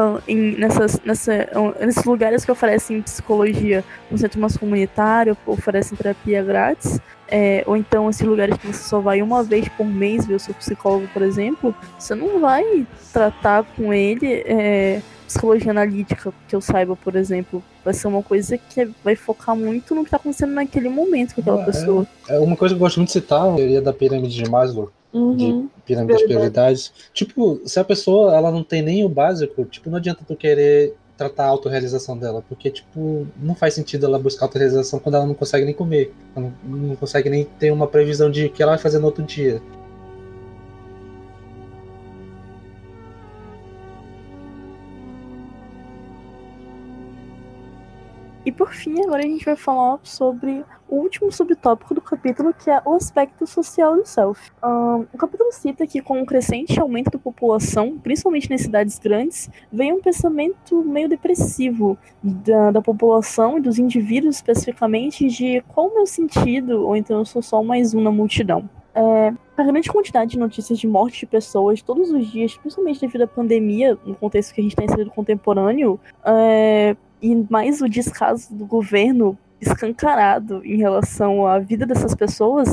Speaker 1: nesses lugares que oferecem psicologia, no centro mais comunitário, oferecem terapia grátis, ou então esses lugares que você só vai uma vez por mês ver o seu psicólogo, por exemplo, você não vai tratar com ele psicologia analítica, que eu saiba, por exemplo. Vai ser uma coisa que vai focar muito no que está acontecendo naquele momento com aquela pessoa.
Speaker 5: Uma coisa que eu gosto muito de citar, a teoria da pirâmide de Maslow, de pirâmide das prioridades. Tipo, se a pessoa ela não tem nem o básico, tipo, não adianta tu querer tratar a autorrealização dela, porque, tipo, não faz sentido ela buscar autorrealização quando ela não consegue nem comer, não consegue nem ter uma previsão de o que ela vai fazer no outro dia.
Speaker 1: E por fim, agora a gente vai falar sobre o último subtópico do capítulo, que é o aspecto social do self. O capítulo cita que com o crescente aumento da população, principalmente nas cidades grandes, vem um pensamento meio depressivo da população e dos indivíduos especificamente de qual o meu sentido, ou então eu sou só mais um na multidão. A grande quantidade de notícias de morte de pessoas todos os dias, principalmente devido à pandemia, no contexto que a gente está inserido contemporâneo, e mais o descaso do governo escancarado em relação à vida dessas pessoas,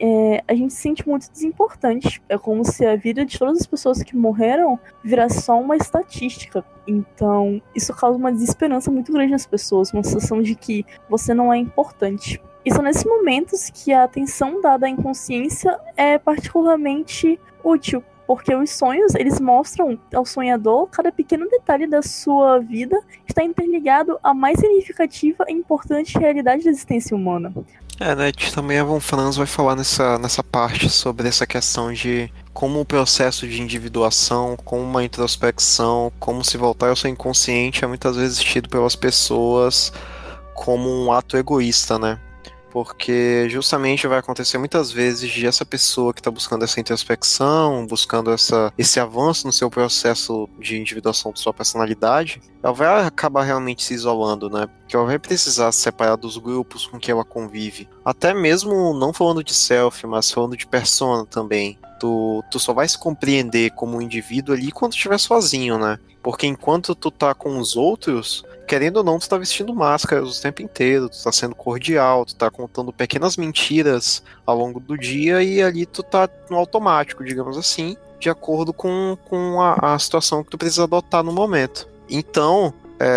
Speaker 1: a gente se sente muito desimportante. É como se a vida de todas as pessoas que morreram virasse só uma estatística. Então, isso causa uma desesperança muito grande nas pessoas, uma sensação de que você não é importante. E são nesses momentos que a atenção dada à inconsciência é particularmente útil, porque os sonhos, eles mostram ao sonhador cada pequeno detalhe da sua vida está interligado à mais significativa e importante realidade da existência humana.
Speaker 2: Né, também a Von Franz vai falar nessa parte sobre essa questão de como o processo de individuação, como uma introspecção, como se voltar ao seu inconsciente é muitas vezes tido pelas pessoas como um ato egoísta, né? Porque justamente vai acontecer muitas vezes de essa pessoa que está buscando essa introspecção, buscando esse avanço no seu processo de individuação de sua personalidade, ela vai acabar realmente se isolando, né? Porque ela vai precisar se separar dos grupos com que ela convive. Até mesmo não falando de self, mas falando de persona também. Tu só vai se compreender como um indivíduo ali quando estiver sozinho, né? Porque enquanto tu tá com os outros, querendo ou não, tu tá vestindo máscaras o tempo inteiro, tu tá sendo cordial, tu tá contando pequenas mentiras ao longo do dia e ali tu tá no automático, digamos assim, de acordo com a situação que tu precisa adotar no momento. Então,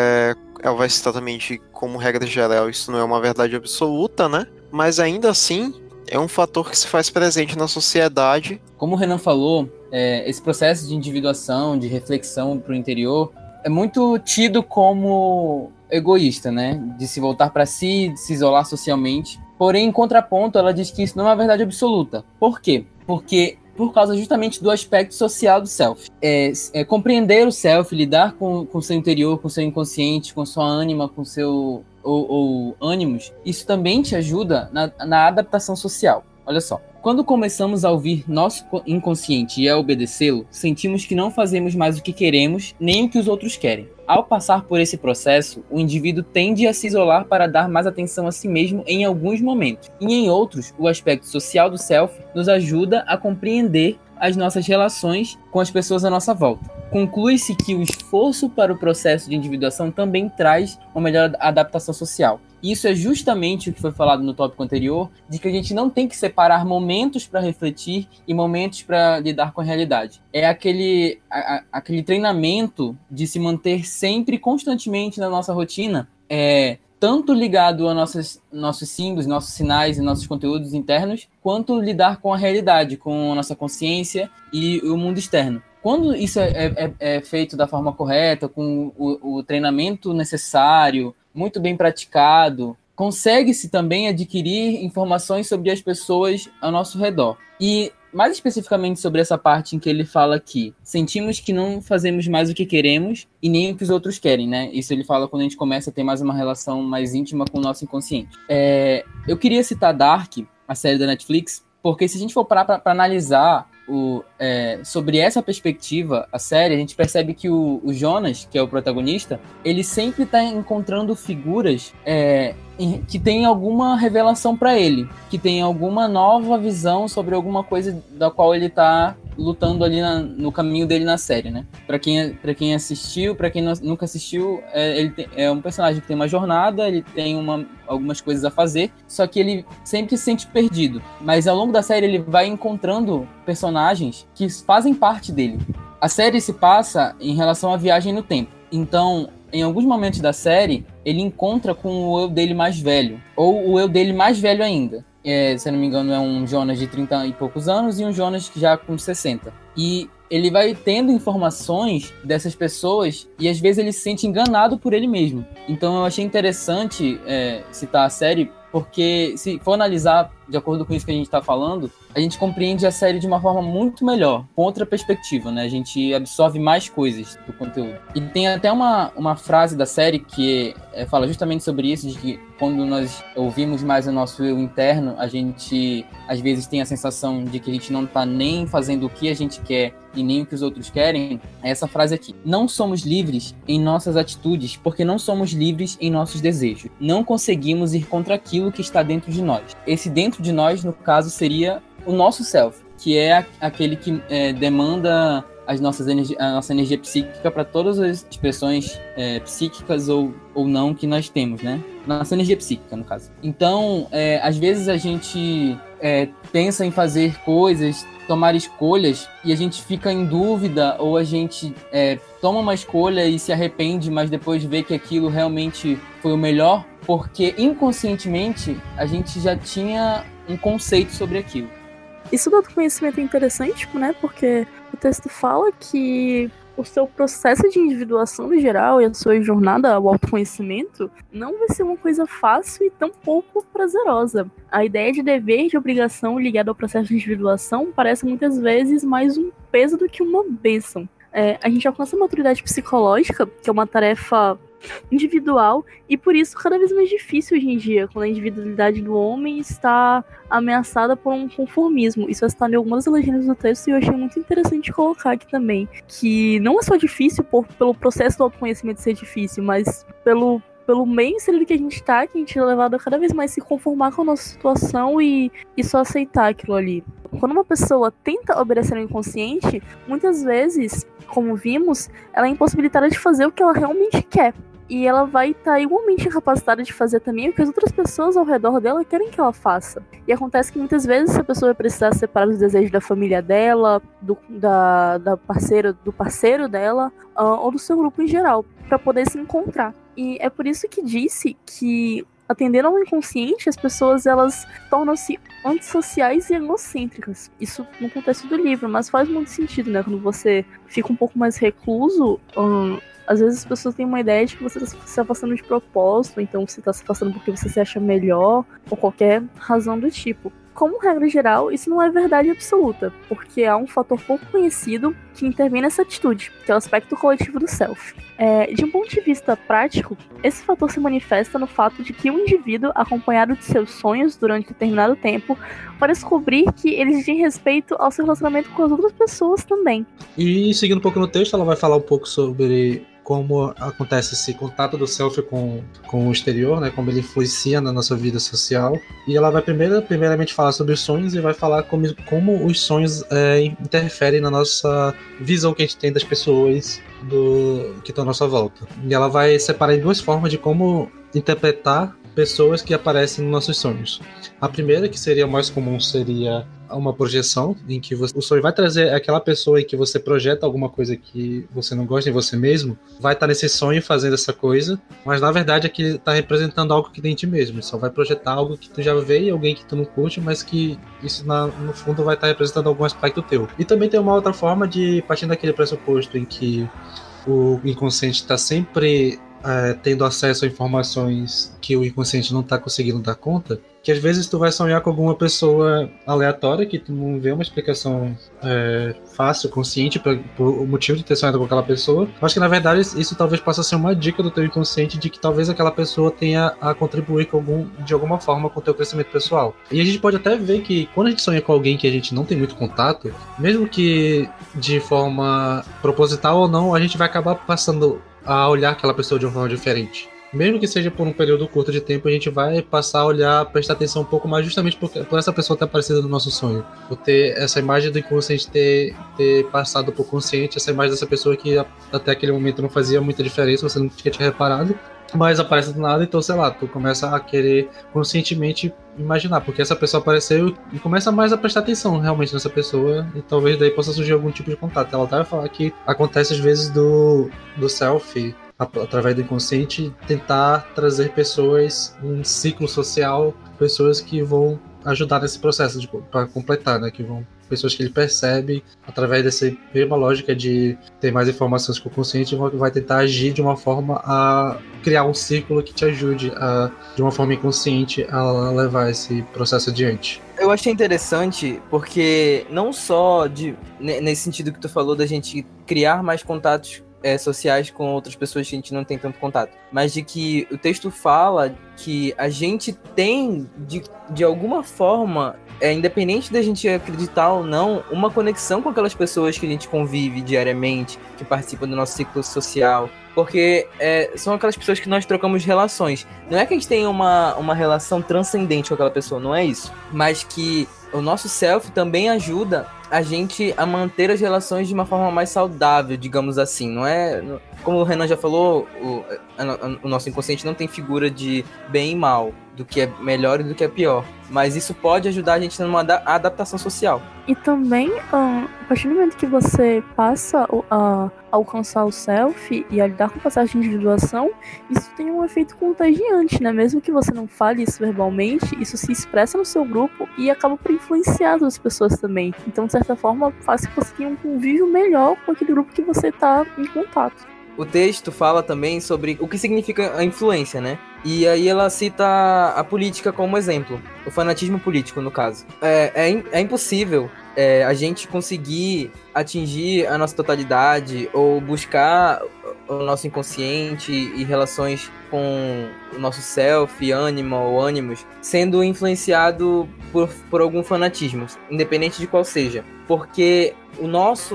Speaker 2: ela vai citar também de como regra geral isso não é uma verdade absoluta, né? Mas ainda assim, é um fator que se faz presente na sociedade.
Speaker 3: Como o Renan falou, esse processo de individuação, de reflexão para o interior, é muito tido como egoísta, né? De se voltar para si, de se isolar socialmente. Porém, em contraponto, ela diz que isso não é uma verdade absoluta. Por quê? Porque por causa justamente do aspecto social do self. Compreender o self, lidar com o seu interior, com o seu inconsciente, com sua ânima, com seu ou ânimos, isso também te ajuda na adaptação social. Olha só, quando começamos a ouvir nosso inconsciente e a obedecê-lo, sentimos que não fazemos mais o que queremos, nem o que os outros querem. Ao passar por esse processo, o indivíduo tende a se isolar para dar mais atenção a si mesmo em alguns momentos. E em outros, o aspecto social do self nos ajuda a compreender as nossas relações com as pessoas à nossa volta. Conclui-se que o esforço para o processo de individuação também traz uma melhor adaptação social. Isso é justamente o que foi falado no tópico anterior, de que a gente não tem que separar momentos para refletir e momentos para lidar com a realidade. É aquele treinamento de se manter sempre, constantemente na nossa rotina, tanto ligado a nossos símbolos, nossos sinais e nossos conteúdos internos, quanto lidar com a realidade, com a nossa consciência e o mundo externo. Quando isso é feito da forma correta, com o treinamento necessário, muito bem praticado, consegue-se também adquirir informações sobre as pessoas ao nosso redor. E mais especificamente sobre essa parte em que ele fala que sentimos que não fazemos mais o que queremos e nem o que os outros querem, né? Isso ele fala quando a gente começa a ter mais uma relação mais íntima com o nosso inconsciente. Eu queria citar Dark, a série da Netflix, porque se a gente for parar para analisar sobre essa perspectiva, a série, a gente percebe que o Jonas, que é o protagonista, ele sempre está encontrando figuras que tem alguma revelação para ele, que tem alguma nova visão sobre alguma coisa da qual ele está lutando ali no caminho dele na série, né? Para quem assistiu, para quem nunca assistiu, ele é um personagem que tem uma jornada, ele tem algumas coisas a fazer, só que ele sempre se sente perdido. Mas ao longo da série ele vai encontrando personagens que fazem parte dele. A série se passa em relação à viagem no tempo. Então, em alguns momentos da série, ele encontra com o eu dele mais velho, ou o eu dele mais velho ainda. Se eu não me engano, é um Jonas de 30 e poucos anos e um Jonas já com 60. E ele vai tendo informações dessas pessoas e às vezes ele se sente enganado por ele mesmo. Então eu achei interessante citar a série, porque se for analisar de acordo com isso que a gente está falando, a gente compreende a série de uma forma muito melhor, com outra perspectiva, né? A gente absorve mais coisas do conteúdo. E tem até uma frase da série que fala justamente sobre isso, de que quando nós ouvimos mais o nosso eu interno, a gente às vezes tem a sensação de que a gente não tá nem fazendo o que a gente quer e nem o que os outros querem. É essa frase aqui: não somos livres em nossas atitudes porque não somos livres em nossos desejos. Não conseguimos ir contra aquilo que está dentro de nós. Esse dentro de nós, no caso, seria o nosso self, que é aquele que demanda a nossa energia psíquica para todas as expressões psíquicas ou não que nós temos, né? Nossa energia psíquica, no caso. Então, às vezes a gente pensa em fazer coisas, tomar escolhas, e a gente fica em dúvida, ou a gente toma uma escolha e se arrepende, mas depois vê que aquilo realmente foi o melhor, porque inconscientemente a gente já tinha um conceito sobre aquilo.
Speaker 1: Isso do autoconhecimento é interessante, né? Porque o texto fala que o seu processo de individuação no geral e a sua jornada ao autoconhecimento não vai ser uma coisa fácil e tão pouco prazerosa. A ideia de dever e de obrigação ligada ao processo de individuação parece muitas vezes mais um peso do que uma bênção. A gente alcança a maturidade psicológica, que é uma tarefa individual, e por isso cada vez mais difícil hoje em dia, quando a individualidade do homem está ameaçada por um conformismo. Isso está em algumas das legendas do texto, e eu achei muito interessante colocar aqui também, que não é só difícil pelo processo do autoconhecimento ser difícil, mas pelo meio inserido que a gente está, que a gente é levado a cada vez mais se conformar com a nossa situação e só aceitar aquilo ali. Quando uma pessoa tenta obedecer ao inconsciente, muitas vezes, como vimos, ela é impossibilitada de fazer o que ela realmente quer. E ela vai estar igualmente incapacitada de fazer também o que as outras pessoas ao redor dela querem que ela faça. E acontece que muitas vezes essa pessoa vai precisar separar os desejos da família dela, do parceiro dela, ou do seu grupo em geral, para poder se encontrar. E é por isso que disse que, atendendo ao inconsciente, as pessoas elas tornam-se antissociais e egocêntricas. Isso no contexto do livro, mas faz muito sentido, né? Quando você fica um pouco mais recluso, às vezes as pessoas têm uma ideia de que você está se afastando de propósito, então você está se afastando porque você se acha melhor, ou qualquer razão do tipo. Como regra geral, isso não é verdade absoluta, porque há um fator pouco conhecido que intervém nessa atitude, que é o aspecto coletivo do self. De um ponto de vista prático, esse fator se manifesta no fato de que o indivíduo, acompanhado de seus sonhos durante determinado tempo, vai descobrir que eles dizem respeito ao seu relacionamento com as outras pessoas também.
Speaker 5: E seguindo um pouco no texto, ela vai falar um pouco sobre como acontece esse contato do self com o exterior, né? Como ele influencia na nossa vida social. E ela vai primeiramente falar sobre os sonhos e vai falar como os sonhos interferem na nossa visão que a gente tem das pessoas que estão à nossa volta. E ela vai separar em duas formas de como interpretar pessoas que aparecem nos nossos sonhos. A primeira, que seria mais comum, seria uma projeção, em que o sonho vai trazer aquela pessoa em que você projeta alguma coisa que você não gosta em você mesmo, vai estar nesse sonho fazendo essa coisa, mas na verdade aqui está representando algo que tem em ti mesmo, só vai projetar algo que tu já vê em alguém que tu não curte, mas que isso no fundo vai estar representando algum aspecto teu. E também tem uma outra forma de, partindo daquele pressuposto em que o inconsciente está sempre tendo acesso a informações que o inconsciente não está conseguindo dar conta, que às vezes tu vai sonhar com alguma pessoa aleatória que tu não vê uma explicação fácil, consciente para o motivo de ter sonhado com aquela pessoa, mas que na verdade isso talvez possa ser uma dica do teu inconsciente de que talvez aquela pessoa tenha a contribuir de alguma forma com o teu crescimento pessoal. E a gente pode até ver que quando a gente sonha com alguém que a gente não tem muito contato, mesmo que de forma proposital ou não, a gente vai acabar passando a olhar aquela pessoa de uma forma diferente. Mesmo que seja por um período curto de tempo, a gente vai passar a olhar, prestar atenção um pouco mais, justamente por essa pessoa ter aparecido no nosso sonho. Por ter essa imagem do inconsciente ter passado pro consciente, essa imagem dessa pessoa que até aquele momento não fazia muita diferença, você não tinha reparado, mas aparece do nada, então sei lá, tu começa a querer conscientemente imaginar, porque essa pessoa apareceu e começa mais a prestar atenção realmente nessa pessoa, e talvez daí possa surgir algum tipo de contato. Ela vai falar que acontece às vezes do self, através do inconsciente, tentar trazer pessoas, um ciclo social, pessoas que vão ajudar nesse processo para completar, né? Pessoas que ele percebe através dessa mesma lógica de ter mais informações com o consciente, vai tentar agir de uma forma a criar um círculo que te ajude de uma forma inconsciente a levar esse processo adiante.
Speaker 3: Eu achei interessante porque não só nesse sentido que tu falou da gente criar mais contatos sociais com outras pessoas que a gente não tem tanto contato, mas de que o texto fala que a gente tem, de alguma forma, independente da gente acreditar ou não, uma conexão com aquelas pessoas que a gente convive diariamente, que participam do nosso ciclo social, porque são aquelas pessoas que nós trocamos relações. Não é que a gente tenha uma relação transcendente com aquela pessoa, não é isso, mas que o nosso self também ajuda a gente a manter as relações de uma forma mais saudável, digamos assim. Não é, como o Renan já falou, o nosso inconsciente não tem figura de bem e mal, do que é melhor e do que é pior. Mas isso pode ajudar a gente numa adaptação social.
Speaker 1: E também, a partir do momento que você passa a alcançar o self e a lidar com o processo de individuação, isso tem um efeito contagiante, né? Mesmo que você não fale isso verbalmente, isso se expressa no seu grupo e acaba por influenciar as pessoas também. Então, de certa forma, faz que você tenha um convívio melhor com aquele grupo que você está em contato.
Speaker 3: O texto fala também sobre o que significa a influência, né? E aí ela cita a política como exemplo, o fanatismo político, no caso. É impossível a gente conseguir atingir a nossa totalidade ou buscar o nosso inconsciente e relações com o nosso self, ânima ou ânimos, sendo influenciado por algum fanatismo, independente de qual seja. Porque o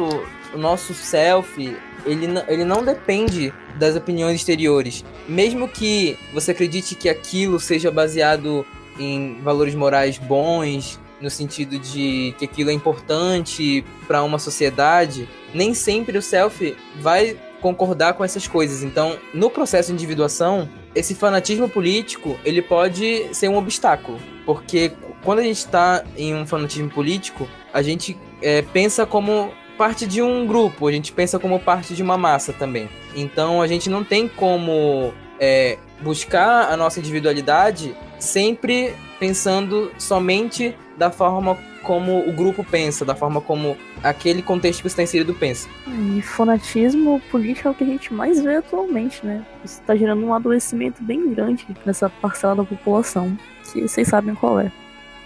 Speaker 3: nosso self, ele não depende das opiniões exteriores. Mesmo que você acredite que aquilo seja baseado em valores morais bons, no sentido de que aquilo é importante para uma sociedade, nem sempre o self vai concordar com essas coisas. Então, no processo de individuação, esse fanatismo político, ele pode ser um obstáculo. Porque quando a gente está em um fanatismo político, a gente pensa como parte de um grupo, a gente pensa como parte de uma massa também. Então a gente não tem como buscar a nossa individualidade sempre pensando somente da forma como o grupo pensa, da forma como aquele contexto que você está inserido pensa.
Speaker 1: E fanatismo político é o que a gente mais vê atualmente, né? Isso está gerando um adoecimento bem grande nessa parcela da população, que vocês sabem qual é.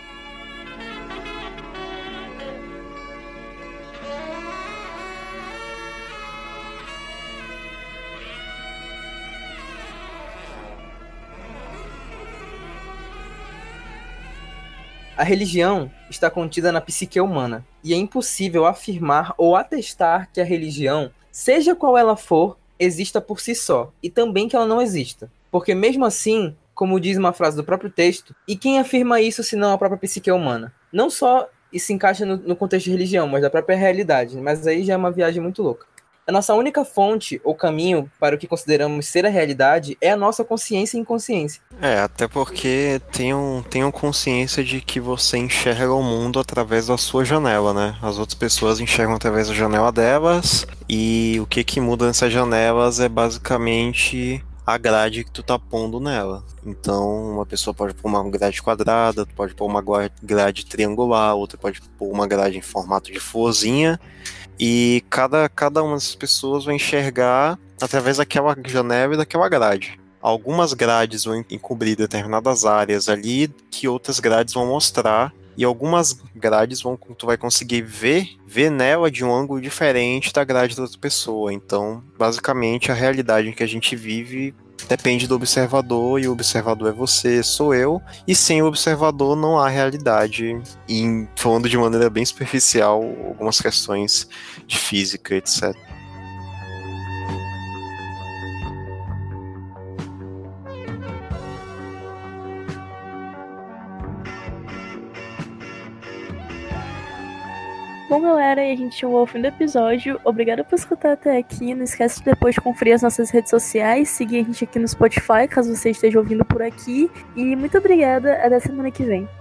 Speaker 3: A religião está contida na psique humana, e é impossível afirmar ou atestar que a religião, seja qual ela for, exista por si só, e também que ela não exista. Porque mesmo assim, como diz uma frase do próprio texto, e quem afirma isso senão a própria psique humana? Não só isso se encaixa no contexto de religião, mas da própria realidade, mas aí já é uma viagem muito louca. A nossa única fonte ou caminho para o que consideramos ser a realidade é a nossa consciência e inconsciência.
Speaker 2: Até porque tenham consciência de que você enxerga o mundo através da sua janela, né? As outras pessoas enxergam através da janela delas, e o que muda nessas janelas é basicamente a grade que tu tá pondo nela. Então, uma pessoa pode pôr uma grade quadrada, tu pode pôr uma grade triangular, outra pode pôr uma grade em formato de florzinha. E cada uma dessas pessoas vai enxergar através daquela janela e daquela grade. Algumas grades vão encobrir determinadas áreas ali, que outras grades vão mostrar. E algumas grades tu vai conseguir ver nela de um ângulo diferente da grade da outra pessoa. Então, basicamente, a realidade em que a gente vive depende do observador, e o observador é você, sou eu, e sem o observador não há realidade. E falando de maneira bem superficial, algumas questões de física, etc.
Speaker 1: Bom, galera, e a gente chegou ao fim do episódio. Obrigada por escutar até aqui. Não esquece de depois conferir as nossas redes sociais, seguir a gente aqui no Spotify, caso você esteja ouvindo por aqui. E muito obrigada, até semana que vem.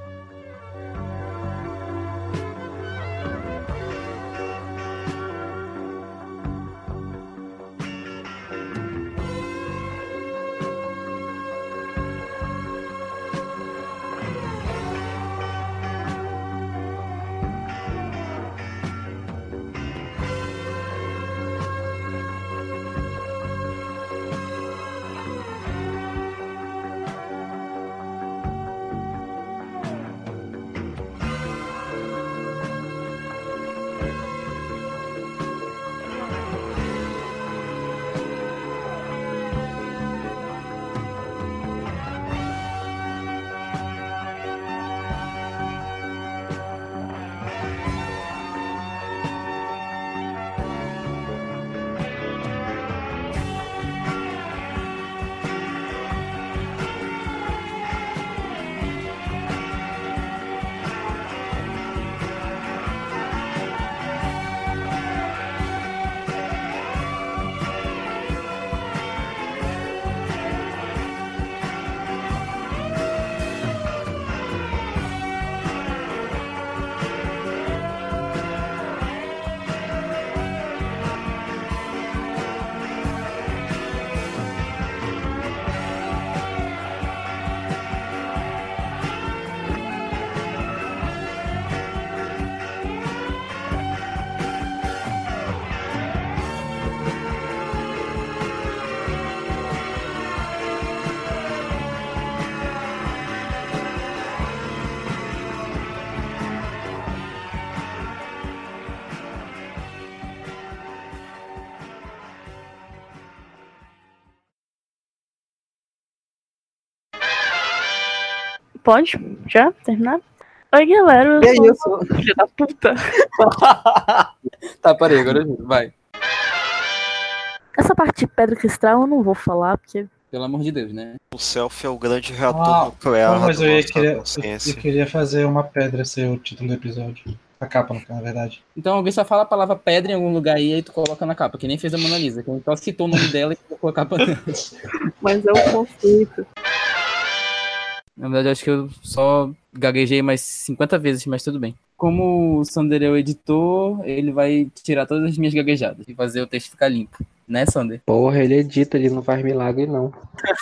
Speaker 1: Pode? Já? Terminar? Oi, galera.
Speaker 3: E aí, eu sou.
Speaker 1: Filha da puta.
Speaker 3: Tá, parei, agora vai.
Speaker 1: Essa parte de pedra cristal eu não vou falar, porque.
Speaker 3: Pelo amor de Deus, né?
Speaker 2: O selfie é o grande reator
Speaker 5: Ah,
Speaker 2: nuclear
Speaker 5: mas
Speaker 2: da
Speaker 5: eu
Speaker 2: nossa consciência.
Speaker 5: queria fazer uma pedra ser o título do episódio. A capa, na verdade.
Speaker 3: Então alguém só fala a palavra pedra em algum lugar aí tu coloca na capa, que nem fez a Mona Lisa, que só citou o nome dela e colocou a capa dela.
Speaker 1: Mas é o conceito.
Speaker 3: Na verdade, eu acho que eu só gaguejei mais 50 vezes, mas tudo bem. Como o Sander é o editor, ele vai tirar todas as minhas gaguejadas e fazer o texto ficar limpo. Né, Sander?
Speaker 4: Porra, ele edita, ele não faz milagre, não.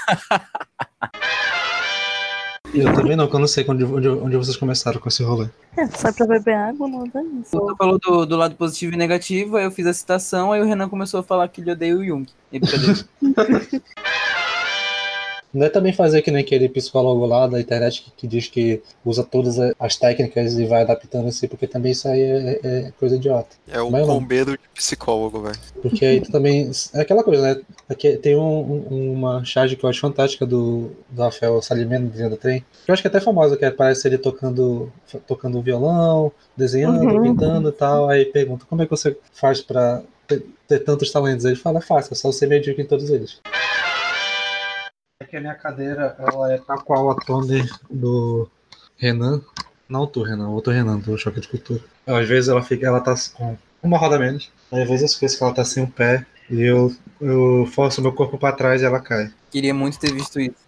Speaker 5: Eu também não, porque eu não sei onde vocês começaram com esse rolê.
Speaker 1: Sai pra beber água, não é isso.
Speaker 3: Tu falou do lado positivo e negativo, aí eu fiz a citação, aí o Renan começou a falar que ele odeia o Jung. E brincadeira.
Speaker 5: Não é também fazer que nem aquele psicólogo lá da internet que diz que usa todas as técnicas e vai adaptando assim, porque também isso aí é coisa idiota.
Speaker 2: É um
Speaker 5: Mas não.
Speaker 2: combeiro de psicólogo, velho.
Speaker 5: Porque aí tu também. É aquela coisa, né? Aqui tem uma charge que eu acho fantástica do Rafael Salimeno dentro do trem. Que eu acho que é até famosa, que parece ele tocando violão, desenhando, pintando e tal. Aí pergunta, como é que você faz pra ter tantos talentos? Ele fala, é fácil, é só ser medíocre em todos eles. É que a minha cadeira, ela é tal qual a Tonder do Renan. Não tu, Renan, outro Renan, do Choque de Cultura. Às vezes ela tá com uma roda menos. Às vezes eu esqueço que ela tá sem um pé. E eu forço meu corpo pra trás e ela cai.
Speaker 3: Queria muito ter visto isso.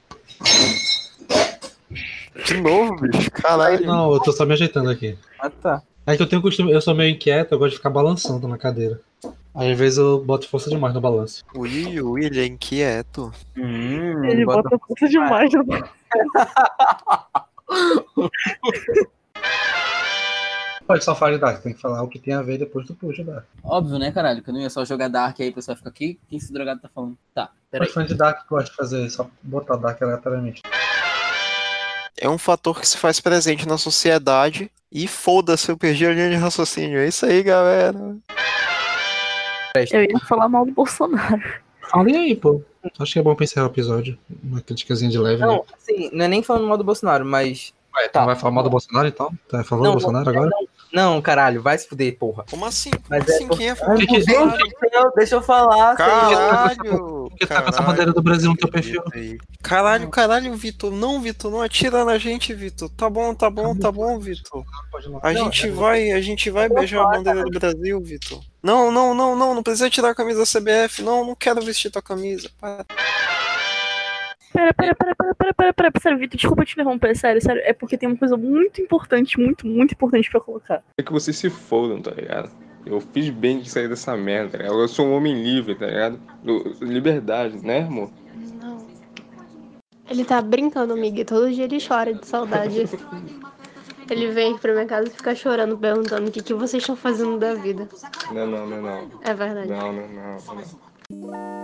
Speaker 2: De novo, bicho. Caralho.
Speaker 5: Não, eu tô só me ajeitando aqui.
Speaker 3: Ah, tá.
Speaker 5: É que eu tenho costume, eu sou meio inquieto, eu gosto de ficar balançando na cadeira. Às vezes eu boto força demais no balanço.
Speaker 2: O William é inquieto.
Speaker 1: Ele bota força demais.
Speaker 5: Pode só falar de Dark, tem que falar o que tem a ver e depois tu puxa Dark.
Speaker 3: Óbvio, né, caralho? Que eu não ia só jogar Dark aí, o pessoal fica aqui. Quem esse drogado tá falando? Tá, peraí.
Speaker 5: Pode fã de Dark que gosta de fazer, só botar Dark aleatoriamente.
Speaker 2: É um fator que se faz presente na sociedade. E foda-se, eu perdi a linha de raciocínio. É isso aí, galera.
Speaker 1: Eu ia falar mal do Bolsonaro.
Speaker 5: Fala aí, pô. Acho que é bom pensar o episódio. Uma criticazinha de leve,
Speaker 3: Não,
Speaker 5: né?
Speaker 3: assim, não é nem falando mal do Bolsonaro, mas...
Speaker 5: Ué, tu vai falar mal do Bolsonaro então? Tá a favor do Bolsonaro agora?
Speaker 3: Não, caralho, vai se fuder, porra.
Speaker 2: Como assim?
Speaker 3: Mas
Speaker 2: Como assim? Quem é
Speaker 5: que-
Speaker 2: Bolsonaro?
Speaker 3: Deixa eu falar.
Speaker 2: Caralho!
Speaker 5: Porque tá com essa bandeira do Brasil no teu perfil.
Speaker 2: Caralho, Vitor. Não, Vitor, não atira na gente, Vitor. Tá bom, Vitor. A gente vai beijar a bandeira do Brasil, Vitor. Não precisa tirar a camisa da CBF. Não quero vestir tua camisa. Para.
Speaker 1: Pera, sério, Vitor, desculpa te interromper, sério, é porque tem uma coisa muito importante, muito importante pra colocar.
Speaker 6: É que vocês se fodam, tá ligado? Eu fiz bem de sair dessa merda, tá ligado? Eu sou um homem livre, tá ligado? Liberdade, né, amor?
Speaker 7: Não. Ele tá brincando, amiga. Todo dia ele chora de saudade. Ele vem aqui pra minha casa e fica chorando, perguntando o que vocês estão fazendo da vida.
Speaker 6: Não.
Speaker 7: É verdade.
Speaker 6: Não.